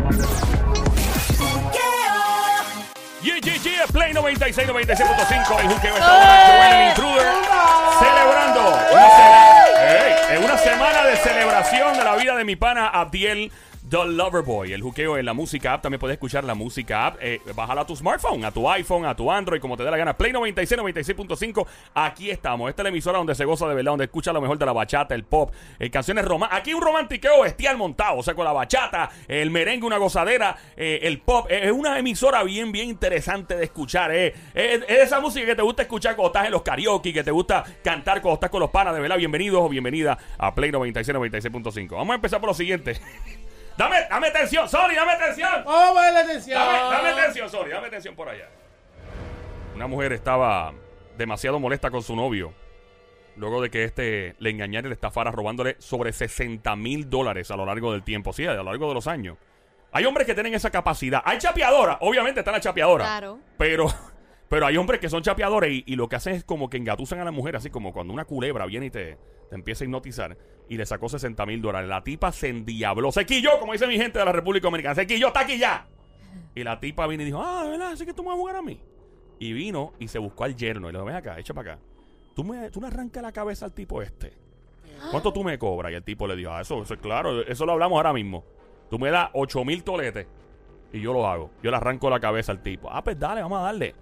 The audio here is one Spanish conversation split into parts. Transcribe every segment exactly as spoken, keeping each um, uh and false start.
Yeah, yeah, yeah, Play noventa y seis, noventa y seis punto cinco, el juqueo está borracho, el intruder, celebrando una, hey, en una semana de celebración de la vida de mi pana Abdiel The Loverboy. El juqueo en la música app. También puedes escuchar la música app. Eh, bájala a tu smartphone, a tu iPhone, a tu Android, como te dé la gana. Play noventa y seis, noventa y seis punto cinco. Aquí estamos. Esta es la emisora donde se goza de verdad, donde escucha lo mejor de la bachata, el pop, eh, canciones románticas. Aquí un romantiqueo bestial montado. O sea, con la bachata, el merengue, una gozadera, eh, el pop. Eh, es una emisora bien, bien interesante de escuchar. Eh. Es, es esa música que te gusta escuchar cuando estás en los karaoke, que te gusta cantar cuando estás con los panas. De verdad, bienvenidos o bienvenida a Play noventa y seis, noventa y seis punto cinco. Vamos a empezar por lo siguiente. Dame, dame atención, Sony, dame atención. Vamos a darle atención. Dame, dame atención, Sony, dame atención por allá. Una mujer estaba demasiado molesta con su novio luego de que este le engañara y le estafara robándole sobre sesenta mil dólares a lo largo del tiempo. Sí, a lo largo de los años. Hay hombres que tienen esa capacidad. Hay chapeadoras, obviamente está la chapeadora. Claro. Pero, pero hay hombres que son chapeadores y, y lo que hacen es como que engatusan a la mujer, así como cuando una culebra viene y te, te empieza a hipnotizar. Y le sacó sesenta mil dólares. La tipa se endiabló. Se quilló, como dice mi gente de la República Dominicana. Se quilló, está aquí ya. Y la tipa vino y dijo, ah, ¿verdad? Así que tú me vas a jugar a mí. Y vino y se buscó al yerno. Y le dijo, ven acá, echa para acá. Tú, me, tú le arrancas la cabeza al tipo este. ¿Cuánto tú me cobras? Y el tipo le dijo, ah, eso, eso es claro. Eso lo hablamos ahora mismo. Tú me das ocho mil toletes. Y yo lo hago. Yo le arranco la cabeza al tipo. Ah, pues dale, vamos a darle.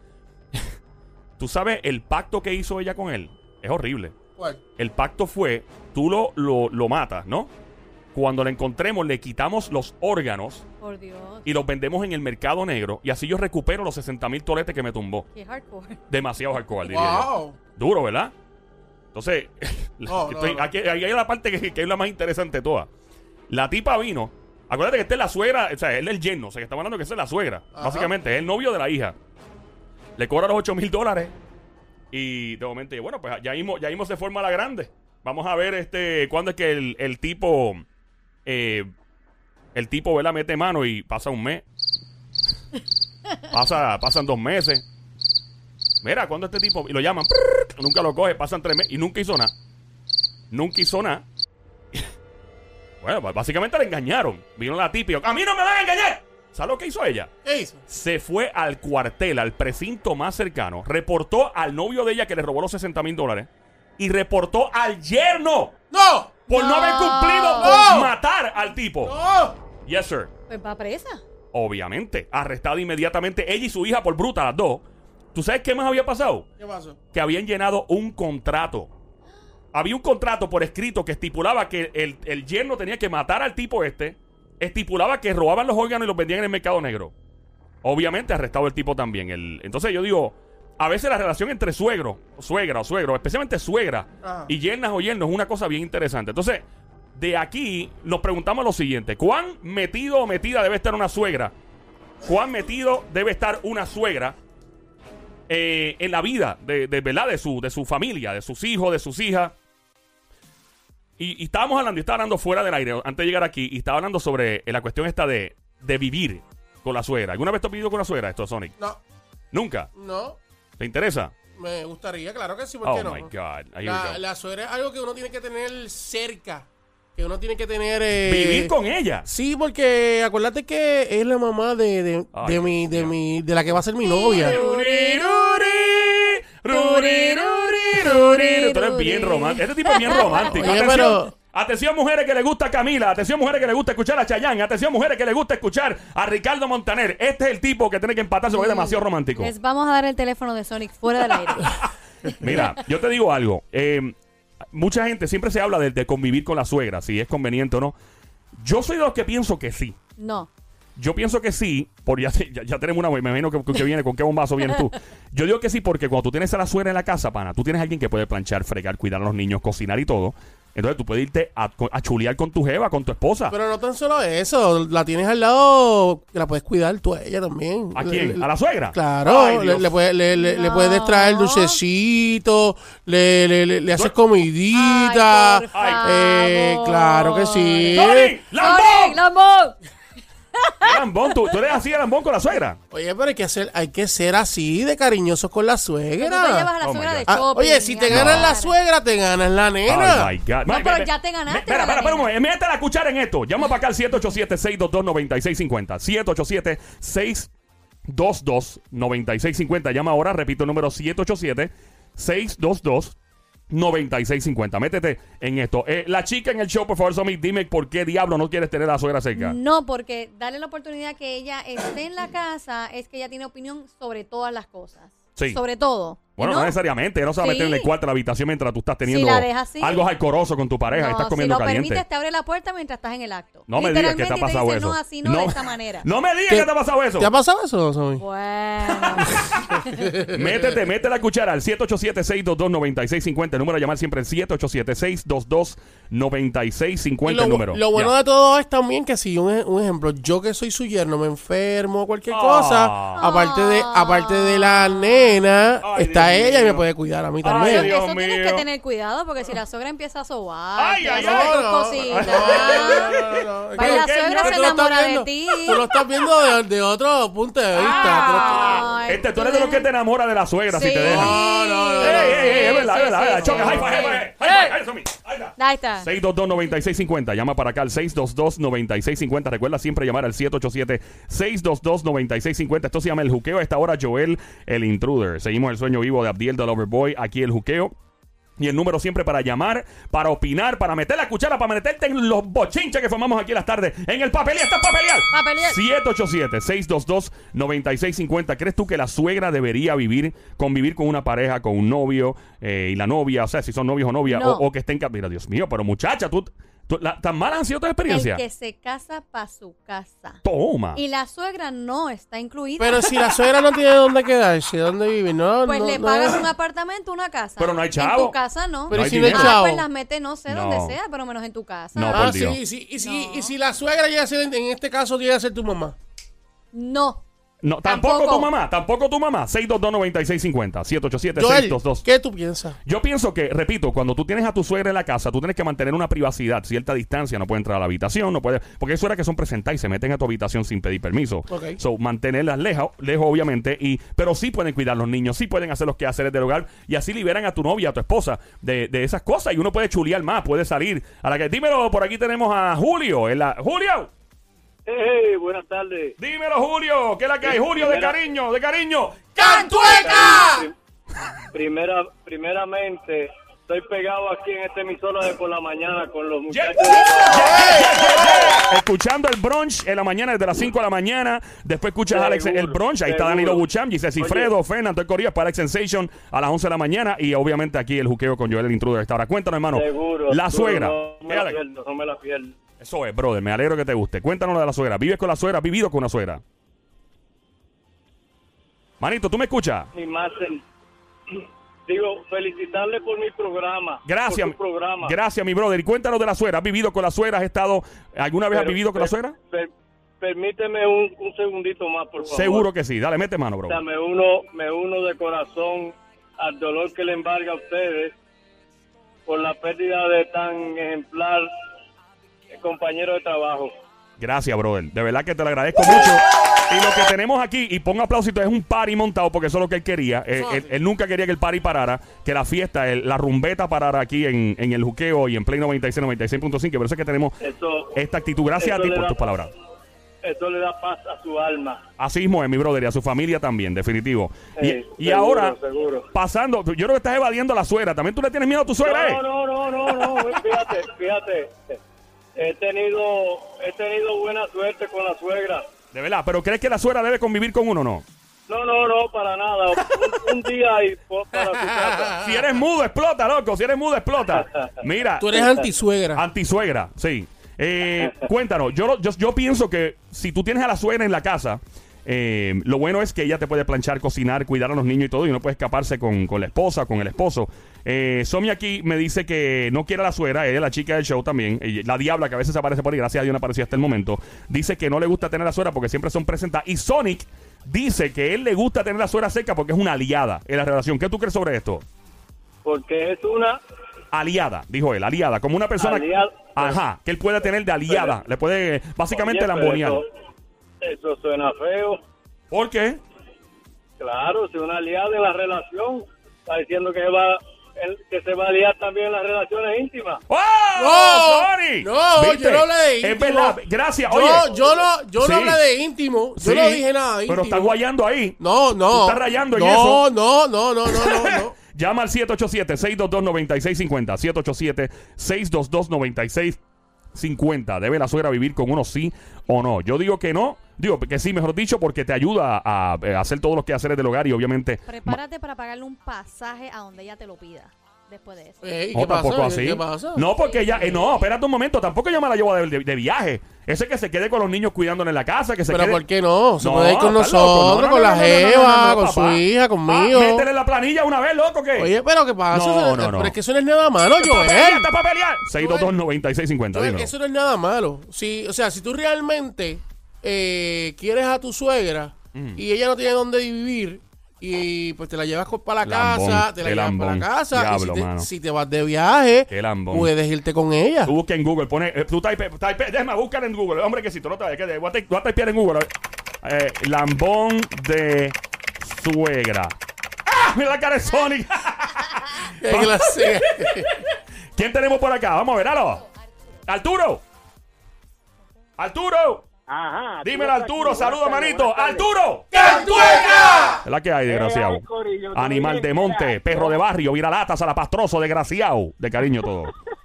¿Tú sabes el pacto que hizo ella con él? Es horrible. ¿Cuál? El pacto fue, tú lo, lo, lo matas, ¿no? Cuando lo encontremos, le quitamos los órganos. Por Dios. Y los vendemos en el mercado negro. Y así yo recupero los sesenta mil toletes que me tumbó. Qué hardcore. Demasiado hardcore, diría Wow. yo. Duro, ¿verdad? Entonces, No, estoy, no, no. Aquí, aquí hay la parte que, que es la más interesante de toda. La tipa vino. Acuérdate que esta es la suegra, o sea, él es el yerno. O sea, que estamos hablando que esa es la suegra. Ajá. Básicamente, es el novio de la hija. Le cobra los ocho mil dólares. Y de momento, y bueno, pues ya mismo, ya mismo se forma la grande. Vamos a ver este cuándo es que el, el tipo, eh, el tipo, ¿verdad? Mete mano y pasa un mes. Pasa, pasan dos meses. Mira, cuando este tipo, y lo llaman, prrr, nunca lo coge, pasan tres meses y nunca hizo nada. Nunca hizo nada. Bueno, pues básicamente le engañaron. Vino la tipa y yo, a mí no me van a engañar. ¿Sabes lo que hizo ella? ¿Qué hizo? Se fue al cuartel, al precinto más cercano. Reportó al novio de ella que le robó los sesenta mil dólares. Y reportó al yerno. ¡No! Por no, No. haber cumplido No. con matar al tipo. ¡No! Yes, sir. Pues va presa. Obviamente. Arrestada inmediatamente ella y su hija por bruta, las dos. ¿Tú sabes qué más había pasado? ¿Qué pasó? Que habían llenado un contrato. Había un contrato por escrito que estipulaba que el, el yerno tenía que matar al tipo este. Estipulaba que robaban los órganos y los vendían en el mercado negro. Obviamente arrestado el tipo también. El, entonces yo digo, a veces la relación entre suegro, suegra o suegro, especialmente suegra Ajá. y yernas o yernos es una cosa bien interesante. Entonces, de aquí nos preguntamos lo siguiente. ¿Cuán metido o metida debe estar una suegra? ¿Cuán metido debe estar una suegra eh, en la vida de, de, ¿verdad? de, su, de su familia, de sus hijos, de sus hijas? Y, y estábamos hablando, y estaba hablando fuera del aire antes de llegar aquí, y estaba hablando sobre eh, la cuestión esta de, de vivir con la suegra. ¿Alguna vez tú has vivido con la suegra esto, Sonic? No, ¿Nunca? no. ¿Te interesa? Me gustaría, claro que sí, ¿por qué Oh no? my God. Ahí we La, go. la suegra es algo que uno tiene que tener cerca. Que uno tiene que tener... Eh, Vivir con ella. Sí, porque acuérdate que es la mamá de, de, Ay, de mi, de Dios. mi, de la que va a ser mi novia. Ruri, ruri, ruri, ruri, ruri. Tú eres bien romántico. Este tipo es bien romántico. Oye, Atención. pero- Atención, mujeres que le gusta a Camila. Atención, mujeres que le gusta escuchar a Chayanne. Atención, mujeres que le gusta escuchar a Ricardo Montaner. Este es el tipo que tiene que empatarse porque es demasiado romántico. Les vamos a dar el teléfono de Sonic fuera del aire. Mira, yo te digo algo. Eh, mucha gente siempre se habla de, de convivir con la suegra, si es conveniente o no. Yo soy de los que pienso que sí. No. Yo pienso que sí, por ya, ya, ya tenemos una, me imagino que, que viene, ¿con qué bombazo vienes tú? Yo digo que sí porque cuando tú tienes a la suegra en la casa, pana, tú tienes a alguien que puede planchar, fregar, cuidar a los niños, cocinar y todo. Entonces tú puedes irte a, a chulear con tu jeva, con tu esposa. Pero no tan solo eso, la tienes al lado, que la puedes cuidar tú a ella también. ¿A Le- quién? le- ¿A la suegra? Claro, Ay, le, Dios. le puedes le, le- le No. puedes traer dulcecito, le, le, le, le haces comidita. Ay, por Ay. eh, favor. claro que sí. ¡Sonic! ¡Lambón! ¡Sonic, Lambón! Era lambón. ¿Tú, tú eres así de lambón con la suegra? Oye, pero hay que ser, hay que ser así de cariñosos con la suegra. Tú te llevas a la Oh, suegra my de God. Ah, shopping. oye, si te a ganas la comer. suegra, te ganas la nena. Oh my God. No, Ma- pero ve- ya te ganaste Espera, a la espera, espera un nena. momento. Mete la cuchara en esto. Llama para acá al siete ocho siete, seis dos dos, nueve seis cinco cero. siete ocho siete, seis dos dos, nueve seis cinco cero. Llama ahora, repito el número siete ocho siete, seis dos dos, nueve seis cinco cero. Métete en esto. Eh, la chica en el show, por favor, Somi, dime por qué diablo no quieres tener a la suegra cerca. No, porque darle la oportunidad que ella esté en la casa es que ella tiene opinión sobre todas las cosas. Sí. Sobre todo. Bueno, no, ¿no? necesariamente. Ella no se va a Sí. meter en el cuarto de la habitación mientras tú estás teniendo la dejas así. algo alcoroso con tu pareja y No, estás comiendo si lo caliente. permites, te abre la puerta mientras estás en el acto. No me digas que te ha Literalmente pasado dice, eso. No, así no, de esta manera. No me digas ¿Qué? que te ha pasado eso. ¿Te ha pasado eso, Somi? Bueno. Métete, mete la cuchara al siete ocho siete, seis dos dos, nueve seis cinco cero. El número a llamar siempre es siete ocho siete, seis dos dos, nueve seis cinco Y cero. lo, El número. lo bueno Ya. de todo es también que si un, ej- un ejemplo, yo que soy su yerno me enfermo o cualquier Ah. cosa, aparte de aparte de la nena, Ay, está Dios ella y mío. me puede cuidar a mí Ay, también. Dios Eso tienes mío. que tener cuidado porque si la suegra empieza a sobar, Ay, te ay, hace ay. tus no, cositas. no, no, no, no. Vaya, la ¿Qué? suegra Pero se tú lo estás enamora de viendo- ti. Tú lo estás viendo de, de otro punto de vista. Ay, Este, tú eres de los que te enamora de la suegra si Sí. te deja. No, no, no, Ey, ey, ey, es verdad, Sí, es verdad. sí, es verdad. sí, Choca, sí. high five, high five, high five. Ahí está, mi. Ahí está. Ahí está. seis dos dos, nueve seis cinco cero. Llama para acá al seis dos dos, nueve seis cinco cero. Recuerda siempre llamar al siete ocho siete, seis dos dos, nueve seis cinco cero. Esto se llama El Juqueo. A esta hora, Joel, el intruder. Seguimos el sueño vivo de Abdiel del Overboy. Aquí El Juqueo. Y el número siempre para llamar, para opinar, para meter la cuchara, para meterte en los bochinches que formamos aquí en las tardes. En el papelía, está papelial. Papelial. siete ocho siete, seis dos dos, nueve seis cinco cero. ¿Crees tú que la suegra debería vivir, convivir con una pareja, con un novio eh, y la novia? O sea, si son novios o novias, No. o, o que estén... ca- Mira, Dios mío, pero muchacha, tú... tú- la- ¿tan malas han sido tus El experiencias? que se casa para su casa. Toma. Y la suegra no está incluida. Pero si la suegra no tiene dónde quedarse, dónde vivir, no, pues no, le no. pagas un apartamento, una casa. Pero no hay En chavo. tu casa no. Pero No hay si no hay dinero. Ah, chavo. pues las mete no sé No. dónde sea, pero menos en tu casa. No, Ah, por sí, Dios. y si, y, si, No. y si la suegra llega a ser, en este caso, llega a ser tu mamá. No. No, tampoco, Tampoco. tu mamá, tampoco tu mamá. seis dos dos, nueve seis cinco cero. siete ocho siete, seis Joel, dos dos. ¿qué tú piensas? Yo pienso que, repito, cuando tú tienes a tu suegra en la casa, tú tienes que mantener una privacidad, cierta distancia, no puede entrar a la habitación, no puede, porque hay suegras que son presentadas y se meten a tu habitación sin pedir permiso. Ok. So, mantenerlas lejos, lejos obviamente, y, pero sí pueden cuidar los niños, sí pueden hacer los quehaceres del hogar, y así liberan a tu novia, a tu esposa, de, de esas cosas, y uno puede chulear más, puede salir. A la que, dímelo, por aquí tenemos a Julio, en la, Julio, Hey, buenas tardes. dímelo Julio, ¿qué es la que hay? Julio, de Mira. cariño, de cariño. ¡Cantueca! Primera, primeramente, estoy pegado aquí en esta emisora de por la mañana con los Yeah, muchachos. yeah, yeah, yeah, yeah. Escuchando el brunch en la mañana desde las cinco de la mañana. Después escuchas a Alex Seguro, el brunch. Ahí está seguro. Danilo Bucham, Giselle Cifredo, Oye. Fernando Corías para Alex Sensation a las once de la mañana. Y obviamente aquí el juqueo con Joel el intruder a esta hora. Cuéntanos, hermano. Seguro. La seguro, suegra. No, ¿Qué, me la Alex? pierdo, no me la pierdo. Eso es, brother. Me alegro que te guste. Cuéntanos lo de la suegra. ¿Vives con la suegra? ¿Has vivido con una suegra? Manito, ¿tú me escuchas? Ni más el- Digo, felicitarle por mi programa. Gracias. Por tu programa. Gracias, mi brother. Y cuéntanos de la suegra. ¿Has vivido con la suegra? ¿Has estado... ¿Alguna vez has Pero, vivido con la per- suegra? per- permíteme un, un segundito más, por favor. Seguro que sí. Dale, mete mano, bro. O sea, me uno, me uno de corazón al dolor que le embarga a ustedes por la pérdida de tan ejemplar eh, compañero de trabajo. Gracias, brother. De verdad que te lo agradezco mucho. Y lo que tenemos aquí, y pon aplausito, es un party montado, porque eso es lo que él quería. Eh, él, él nunca quería que el party parara, que la fiesta, el- la rumbeta parara aquí en, en el juqueo y en Play noventa y seis, noventa y seis punto cinco. Por eso es que tenemos Eso, esta actitud. Gracias eso a ti le por da- tus palabras. eso le da paz a su alma. Así mismo es, mi brother, y a su familia también, definitivo. Y, Sí, y seguro, ahora, seguro. pasando, yo creo que estás evadiendo a la suegra. ¿También tú le tienes miedo a tu suegra, eh? No, no, no, no, no, fíjate, fíjate. He tenido, he tenido buena suerte con la suegra. De verdad, pero ¿crees que la suegra debe convivir con uno o no? No, no, no, para nada. Un, un día y po- para su casa. Si eres mudo, explota, loco. Si eres mudo, explota. Mira. Tú eres antisuegra. Antisuegra, sí. Eh, cuéntanos, yo, yo, yo pienso que si tú tienes a la suegra en la casa, eh, lo bueno es que ella te puede planchar, cocinar, cuidar a los niños y todo, y uno puede escaparse con, con la esposa, con el esposo. Eh, Somi aquí me dice que no quiere a la suegra, ella es la chica del show también, ella- la diabla que a veces aparece por ahí, gracias a Dios no apareció hasta el momento, dice que no le gusta tener a la suegra porque siempre son presentadas, y Sonic dice que él le gusta tener a la suegra cerca porque es una aliada en la relación. ¿Qué tú crees sobre esto? Porque es una Aliada, dijo él, aliada, como una persona... aliada. Ajá, que él puede tener de aliada, le puede básicamente Oye, pero lambonear. eso- Eso suena feo. ¿Por qué? Claro, si una aliada en la relación está diciendo que va el- que se va a liar también en las relaciones íntimas. ¡Oh! No, Sorry. no, ¿Viste? yo no hablé de íntimo. Es verdad, gracias. Yo, Oye, yo no, yo Sí. no hablé de íntimo. Yo sí, no dije nada de íntimo. pero está guayando ahí. No, no. Tú estás rayando en no, eso. No, no, no, no, no, no. Llama al siete ocho siete, seis dos dos, nueve seis cinco cero. siete ocho siete, seis dos dos, nueve seis cinco cero. ¿Debe la suegra vivir con uno, sí o no? Yo digo que no. Digo que sí, mejor dicho, porque te ayuda a, a hacer todos los quehaceres del hogar y obviamente... Prepárate para pagarle un pasaje a donde ella te lo pida después de eso. Ey, No, ¿qué tampoco pasa? así. ¿Qué pasa? No, porque ella... eh, no, espérate un momento. Tampoco yo me la llevo de, de- de viaje. Ese que se quede con los niños cuidándole en la casa, que se Pero quede... ¿por qué no? Se No, puede ir con estás loco. nosotros, No, no, con no, la no, no, no, no, jeva, no, no, con papá. su hija, conmigo. Ah, métele la planilla una vez, loco, ¿qué? Oye, pero ¿qué pasa? No, Eso- no, no. Pero es que eso no es nada malo, Joel. ¡Está para pelear! seis dos dos, nueve seis cinco cero. Joel, Dímelo. eso no es nada malo. Si, o sea, si tú realmente eh, quieres a tu suegra y ella no tiene dónde vivir y pues te la llevas con- para la Lambón, casa, te la qué llevas lambón. para la casa Diablo, y si te, mano. si te vas de viaje, Qué lambón. puedes irte con ella. Tú busca en Google, pone, eh, tú type, type, déjame buscar en Google, hombre que si tú no te vayas, que voy a, te- voy a typear en Google, eh, lambón de suegra. ¡Ah! Mira la cara de Sonic. Qué clase. ¿Quién tenemos por acá? Vamos a ver, aló. Arturo. Arturo. Ajá. Dímelo, Arturo. Saluda, manito. ¡Arturo! ¡Cantueca! Es la que hay, desgraciado. Eh, ay, corillo, todo Animal bien, de monte, mira. perro de barrio, viralatas, alapastroso, desgraciado. De cariño todo.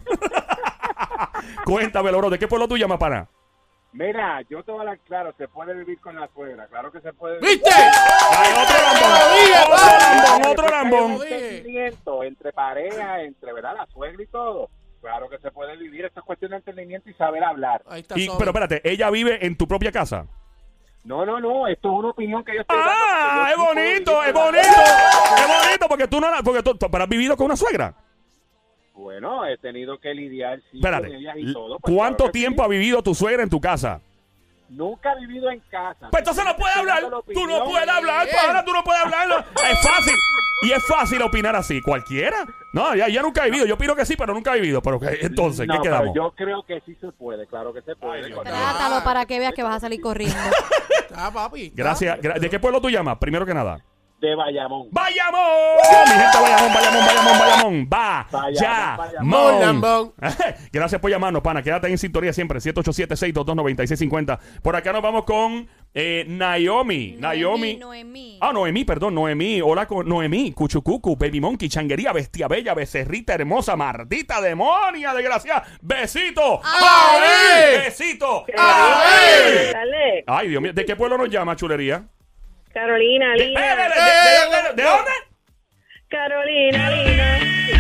Cuéntamelo, bro. ¿De qué pueblo tú llamas, pana? Mira, yo te voy a hablar claro, se puede vivir con la suegra, claro que se puede vivir. ¿Viste? Hay otro lambón. Otro lambón, otro Hay lambón. un entendimiento entre pareja, entre, ¿verdad? La suegra y todo. Claro que se puede vivir, esto es cuestión de entendimiento y saber hablar. Ahí está. Y, Somi. pero espérate, ¿ella vive en tu propia casa? No, no, no, esto es una opinión que yo estoy Ah, es dando, porque yo sí bonito, puedo es vivir con la bonito. suegra. Es bonito porque tú no la, porque tú, tú- pero has vivido con una suegra. Bueno, he tenido que lidiar sí, Espérate. con ellas y todo. pues, ¿Cuánto claro que tiempo sí. ha vivido tu suegra en tu casa? Nunca he vivido en casa. Pues entonces no puedes hablar. Tú no puedes hablar, pana, tú no puedes hablar. no. Es fácil. Y es fácil opinar así. Cualquiera. No, ya, ya nunca he vivido. Yo opino que sí, pero nunca he vivido. Pero ¿qué- entonces, No, ¿qué pero quedamos? yo creo que sí se puede, claro que se puede. Ay, Dios. Trátalo para que veas que vas a salir corriendo. Ah, papi. está. Gracias. gra- ¿De qué pueblo tú llamas? Primero que nada. De Bayamón. ¡Vayamón! Mi gente, Bayamón, Bayamón, Bayamón, Bayamón. Va, Bayamón, ya, Bayamón. mon. Lambón. Gracias por llamarnos, pana. Quédate en sintonía siempre. siete ocho siete, seis dos dos, nueve seis cinco cero. Por acá nos vamos con eh, Naomi. Naomi. Noemí. Ah, Noemí, perdón, Noemí. Hola, con Noemí. Cuchucucu, Baby Monkey, Changuería, Bestia Bella, Becerrita Hermosa, Mardita Demonia, desgraciada. Besito. ¡Ay! Besito. ¡Ay! Dale, Ay, Dios mío. ¿De qué pueblo nos llama, chulería? Carolina, ¿De, Lina. de- de- de- de- de dónde? Carolina, Lina.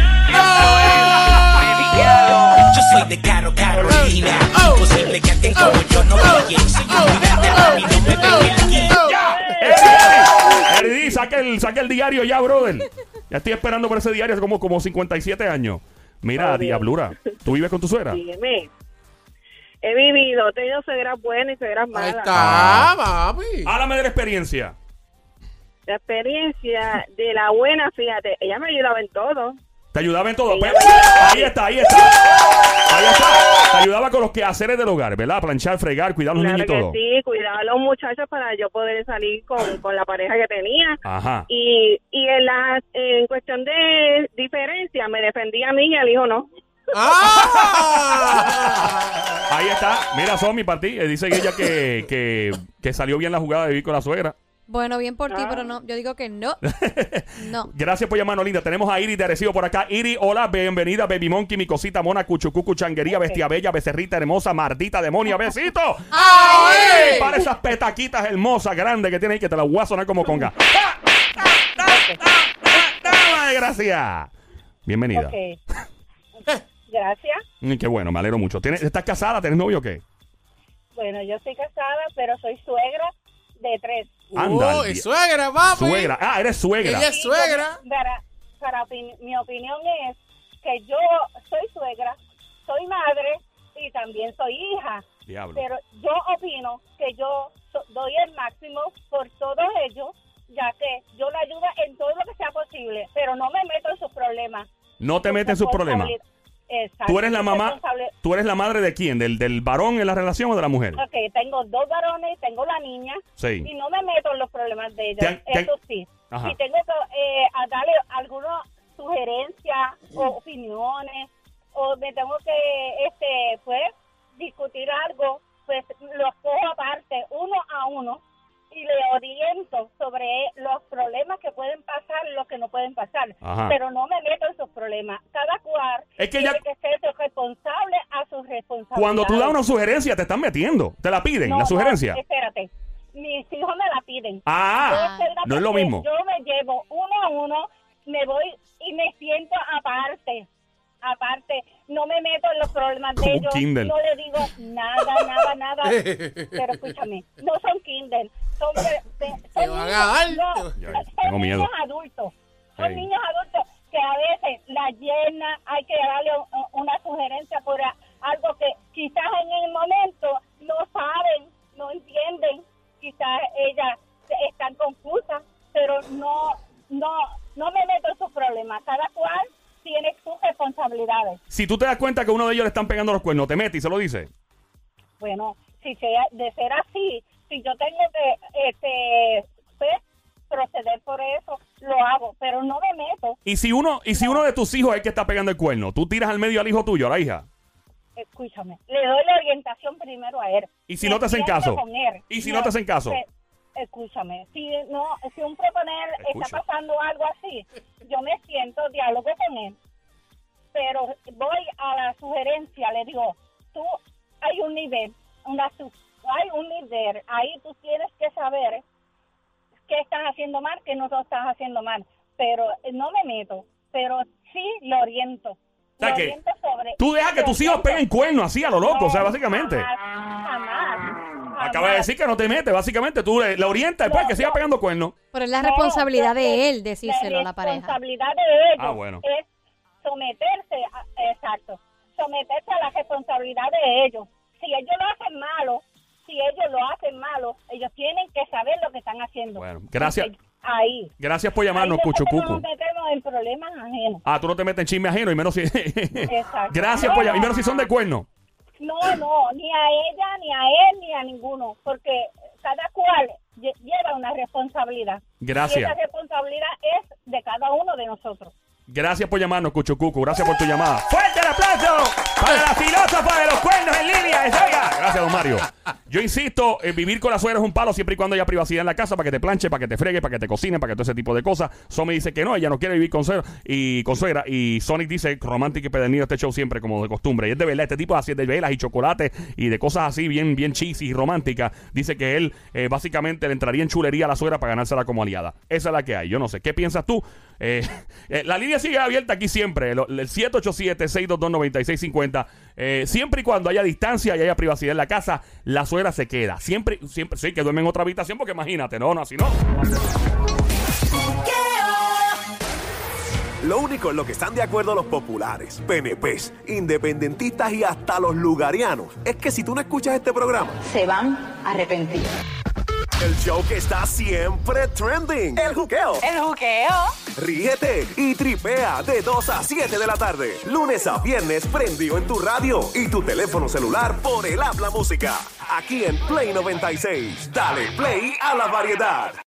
Yo soy de Caro Carolina. Imposible que alguien como yo no brille. Si yo mirarte a mí no me pegué aquí. ¡Ya! Eddie, Eddie, saca el, saca el diario ya, brother. Ya estoy esperando por ese diario hace como, como cincuenta y siete años. Mira, Oh, Dios. diablura. ¿Tú vives con tu suegra? Dígame. He vivido, he tenido suegras buenas y suegras Ahí malas. está, papi. Háblame de la experiencia. La experiencia de la buena, fíjate, ella me ayudaba en todo. ¿Te ayudaba en todo? Ella Pues, me- ahí está, ahí está. Ahí está. Te ayudaba con los quehaceres del hogar, ¿verdad? Planchar, fregar, cuidar a los Claro niños y que todo. sí, cuidaba a los muchachos para yo poder salir con, con la pareja que tenía. Ajá. Y, y en, la, en cuestión de diferencia, me defendía a mí y al hijo no. ¡Ah! Ahí está. Mira, Somi, para ti. Eh, Dice ella que, que, que salió bien la jugada de vivir con la suegra. Bueno, bien por ti, Ah. pero no. Yo digo que no. No. Gracias por llamarnos, linda. Tenemos a Iris de Arecibo por acá. Iris, hola, bienvenida, Baby Monkey, mi cosita mona, cuchucucu, changuería, bestia bella, becerrita hermosa, mardita demonia, besito. ¡Ay! Para esas petaquitas hermosas, grandes que tienes ahí, que te las voy a sonar como conga. ¡Ah! ¡Ah! ¡Ah! ¡Ah! ¡Ah! Gracias. Bienvenida. Ok. Gracias. Mm, Qué bueno, me alegro mucho. ¿Tienes, ¿Estás casada? ¿Tienes novio o qué? Bueno, yo soy casada, pero soy suegra de tres. Anda, Oh, al es día. suegra, papi. Suegra. Ah, eres suegra. Ella es suegra. Para, para opin- mi opinión es que yo soy suegra, soy madre y también soy hija. Diablo. Pero yo opino que yo so- doy el máximo por todos ellos, ya que yo la ayudo en todo lo que sea posible, pero no me meto en sus problemas. No te metes en sus problemas. Responsabilidad- Exacto. ¿Tú eres la mamá? Responsable. ¿Tú eres la madre de quién? ¿Del, del varón en la relación o de la mujer? Ok, tengo dos varones, tengo la niña. Sí. Y no me meto en los problemas de ellos. Te han- te han- Eso sí. Ajá. Si tengo que eh, a darle algunas sugerencias o opiniones, o me tengo que, este, pues, discutir algo, pues los cojo aparte, uno a uno, y le oriento sobre los problemas que pueden pasar y los que no pueden pasar. Ajá. Pero no me meto en sus problemas. Cada cual Es que tiene ya- que ser responsable a sus responsabilidades. Cuando tú das una sugerencia, te están metiendo. Te la piden, No, la sugerencia. no, espérate. Mis hijos me la piden. Ah, Yo soy la no es lo que- mismo. Yo me llevo uno a uno, me voy y me siento aparte. Aparte, no me meto en los problemas Como de un ellos. Kindle. No le digo nada, nada, nada. Pero escúchame, no son Kindle. Son, de- de- son Te van a niños, dar. no, Ya, son tengo miedo. niños adultos. Son Sí. niños adultos que a veces la llena, hay que darle u- una sugerencia por a- algo que quizás en el momento no saben, no entienden. Quizás ellas están confusas, pero no, no, no me meto en sus problemas. Cada cual tiene sus responsabilidades. Si tú te das cuenta que uno de ellos le están pegando los cuernos, te metes y se lo dice. Bueno, si sea, de ser así, si yo tengo que este, pues, proceder por eso, lo hago, pero no me meto. Y si uno y si uno de tus hijos es el que está pegando el cuerno, tú tiras al medio al hijo tuyo, a la hija. Escúchame, le doy la orientación primero a él. ¿Y si Me no te hacen siento caso? con él. ¿Y si no te hacen caso? eh, Escúchame, si no, si un proponer Escucho. está pasando algo así, yo me siento, diálogo con él, pero voy a la sugerencia, le digo, tú, hay un nivel, una su- hay un nivel, ahí tú tienes que saber qué estás haciendo mal, qué no estás haciendo mal, pero eh, no me meto, pero sí lo oriento. O sea Lo que oriento sobre- tú dejas que lo tus hijos oriento. peguen cuernos así a lo loco, o sea, No, básicamente. Jamás, jamás, Acaba de jamás. decir que no te metes, básicamente tú le, le orientas después No, que siga no. pegando cuernos. Pero es la No, responsabilidad porque de él decírselo a la pareja. responsabilidad de ellos Ah, bueno. es someterse, a, exacto, someterse a la responsabilidad de ellos. Si ellos lo hacen malo, si ellos lo hacen malo, ellos tienen que saber lo que están haciendo. Bueno, gracias. Porque ahí. Gracias por llamarnos, ahí nosotros Cuchucucu. no nos metemos en problemas ajenos. Ah, tú no te metes en chisme ajeno y menos si... Exacto. Gracias No, por llamar, y no. menos si son de cuerno. No, no, ni a ella, ni a él, ni a ninguno, porque cada cual lle- lleva una responsabilidad. Gracias. Y esa responsabilidad es de cada uno de nosotros. Gracias por llamarnos, Cuchucucu. Gracias por tu llamada. ¡Fuerte el aplauso para la filósofa de los cuernos en línea! ¡Esa oiga! Gracias, don Mario. Yo insisto, eh, vivir con la suegra es un palo siempre y cuando haya privacidad en la casa para que te planche, para que te fregue, para que te cocine, para que todo ese tipo de cosas. Somi dice que no, ella no quiere vivir con suegra y con suegra. Y Sonic dice romántico y pedernillo este show siempre como de costumbre. Y es de verdad, este tipo así de velas y chocolates y de cosas así bien, bien cheesy y románticas. Dice que él eh, básicamente le entraría en chulería a la suegra para ganársela como aliada. Esa es la que hay. Yo no sé. ¿Qué piensas tú? Eh, eh, la línea sigue abierta aquí siempre. El, el siete ocho siete, seis dos dos, nueve seis cinco cero. Eh, siempre y cuando haya distancia y haya privacidad en la casa, la suegra se queda. Siempre, siempre, sí, que duerme en otra habitación porque imagínate, no, no, así no. Lo único en lo que están de acuerdo los populares, P N Pes, independentistas y hasta los lugarianos es que si tú no escuchas este programa, Se van a arrepentir. el show que está siempre trending, el juqueo. El juqueo. Ríete y tripea de dos a siete de la tarde, lunes a viernes prendido en tu radio y tu teléfono celular por el habla música. Aquí en Play noventa y seis. Dale play a la variedad.